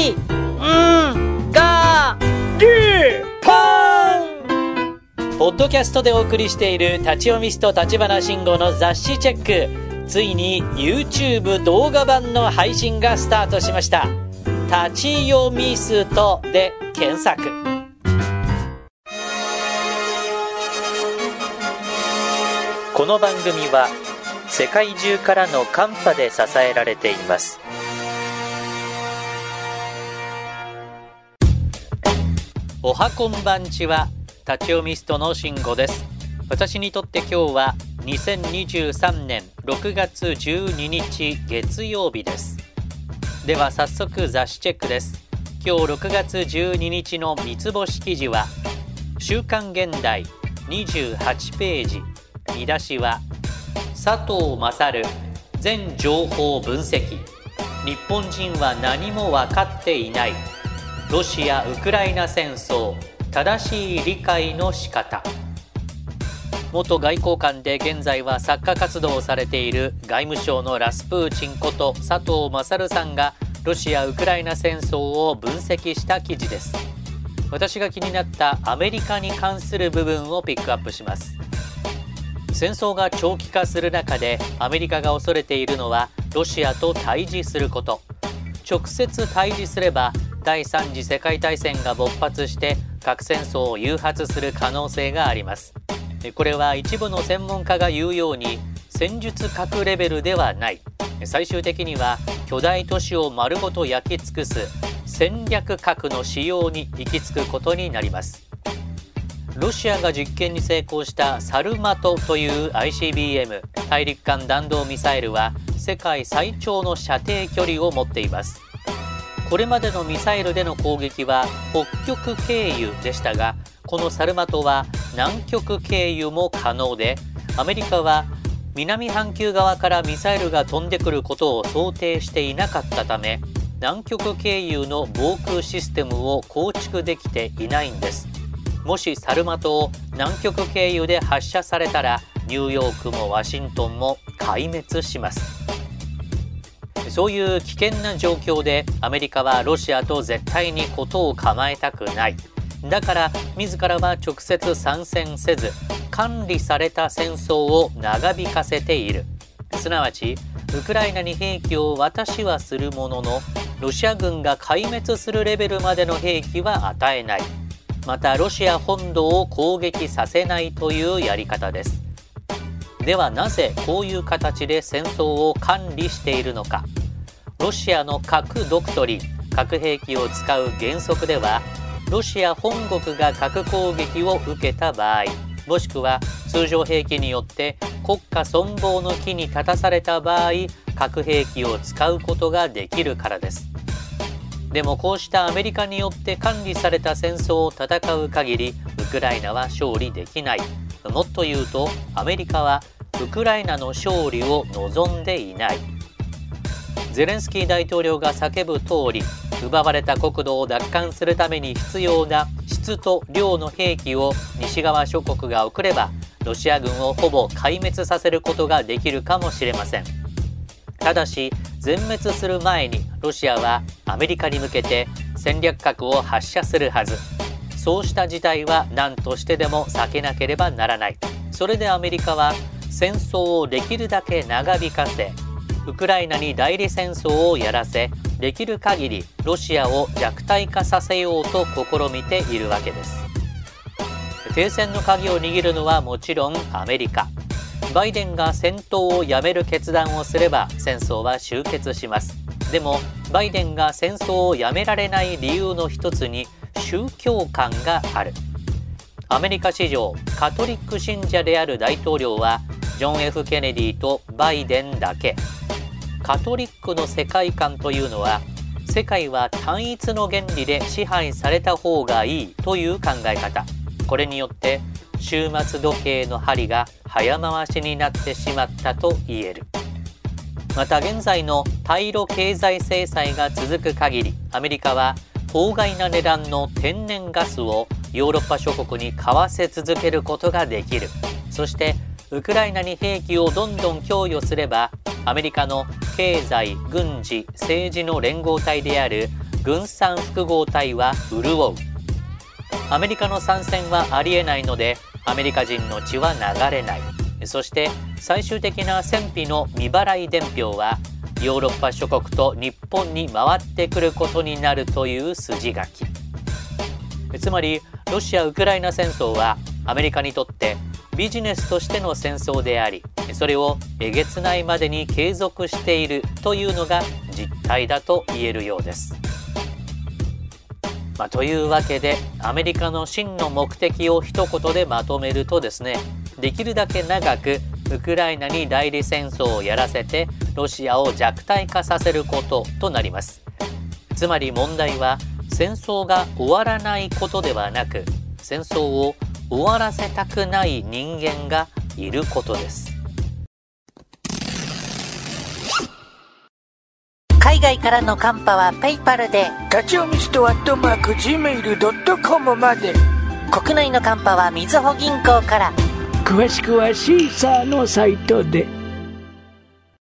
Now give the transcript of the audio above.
いがるぽん。ポッドキャストでお送りしている立ち読みスト立花慎吾の雑誌チェック、ついに YouTube 動画版の配信がスタートしました。立ち読みストで検索。この番組は世界中からのカンパで支えられています。おはこんばんちは、立ち読みストの慎吾です。私にとって今日は2023年6月12日月曜日です。では早速雑誌チェックです。今日6月12日の三つ星記事は週刊現代28ページ、見出しは佐藤勝全情報分析、日本人は何も分かっていない、ロシア・ウクライナ戦争正しい理解の仕方。元外交官で現在は作家活動をされている外務省のラスプーチンこと佐藤勝さんがロシア・ウクライナ戦争を分析した記事です。私が気になったアメリカに関する部分をピックアップします。戦争が長期化する中でアメリカが恐れているのはロシアと対峙すること。直接対峙すれば第3次世界大戦が勃発して核戦争を誘発する可能性があります。これは一部の専門家が言うように戦術核レベルではない、最終的には巨大都市を丸ごと焼き尽くす戦略核の使用に行き着くことになります。ロシアが実験に成功したサルマトという ICBM 大陸間弾道ミサイルは世界最長の射程距離を持っています。これまでのミサイルでの攻撃は北極経由でしたが、このサルマトは南極経由も可能で、アメリカは南半球側からミサイルが飛んでくることを想定していなかったため、南極経由の防空システムを構築できていないんです。もしサルマトを南極経由で発射されたら、ニューヨークもワシントンも壊滅します。そういう危険な状況でアメリカはロシアと絶対に事を構えたくない。だから自らは直接参戦せず、管理された戦争を長引かせている。すなわちウクライナに兵器を渡しはするものの、ロシア軍が壊滅するレベルまでの兵器は与えない。またロシア本土を攻撃させないというやり方です。ではなぜこういう形で戦争を管理しているのか。ロシアの核ドクトリン、核兵器を使う原則では、ロシア本国が核攻撃を受けた場合、もしくは通常兵器によって国家存亡の危に立たされた場合、核兵器を使うことができるからです。でもこうしたアメリカによって管理された戦争を戦う限り、ウクライナは勝利できない。もっと言うと、アメリカはウクライナの勝利を望んでいない。ゼレンスキー大統領が叫ぶ通り、奪われた国土を奪還するために必要な質と量の兵器を西側諸国が送れば、ロシア軍をほぼ壊滅させることができるかもしれません。ただし全滅する前にロシアはアメリカに向けて戦略核を発射するはず。そうした事態は何としてでも避けなければならない。それでアメリカは戦争をできるだけ長引かせ、ウクライナに代理戦争をやらせ、できる限りロシアを弱体化させようと試みているわけです。停戦の鍵を握るのはもちろんアメリカ。バイデンが戦闘をやめる決断をすれば戦争は終結します。でもバイデンが戦争をやめられない理由の一つに宗教観がある。アメリカ史上カトリック信者である大統領はジョン・ F ・ケネディとバイデンだけ。カトリックの世界観というのは、世界は単一の原理で支配された方がいいという考え方。これによって終末時計の針が早回しになってしまったと言える。また現在の対ロ経済制裁が続く限り、アメリカは法外な値段の天然ガスをヨーロッパ諸国に買わせ続けることができる。そしてウクライナに兵器をどんどん供与すれば、アメリカの経済、軍事、政治の連合体である軍産複合体は潤う。アメリカの参戦はありえないのでアメリカ人の血は流れない。そして最終的な戦費の未払い伝票はヨーロッパ諸国と日本に回ってくることになるという筋書き。つまりロシア・ウクライナ戦争はアメリカにとってビジネスとしての戦争であり、それをえげつないまでに継続しているというのが実態だと言えるようです。というわけでアメリカの真の目的を一言でまとめるとですね、できるだけ長くウクライナに代理戦争をやらせてロシアを弱体化させることとなります。つまり問題は戦争が終わらないことではなく、戦争を終わらせたくない人間がいることです。 海外からのカンパはペイパルで、 立ち読みスト@gmail.com まで。 国内のカンパはみずほ銀行から。 詳しくはシーサーのサイトで。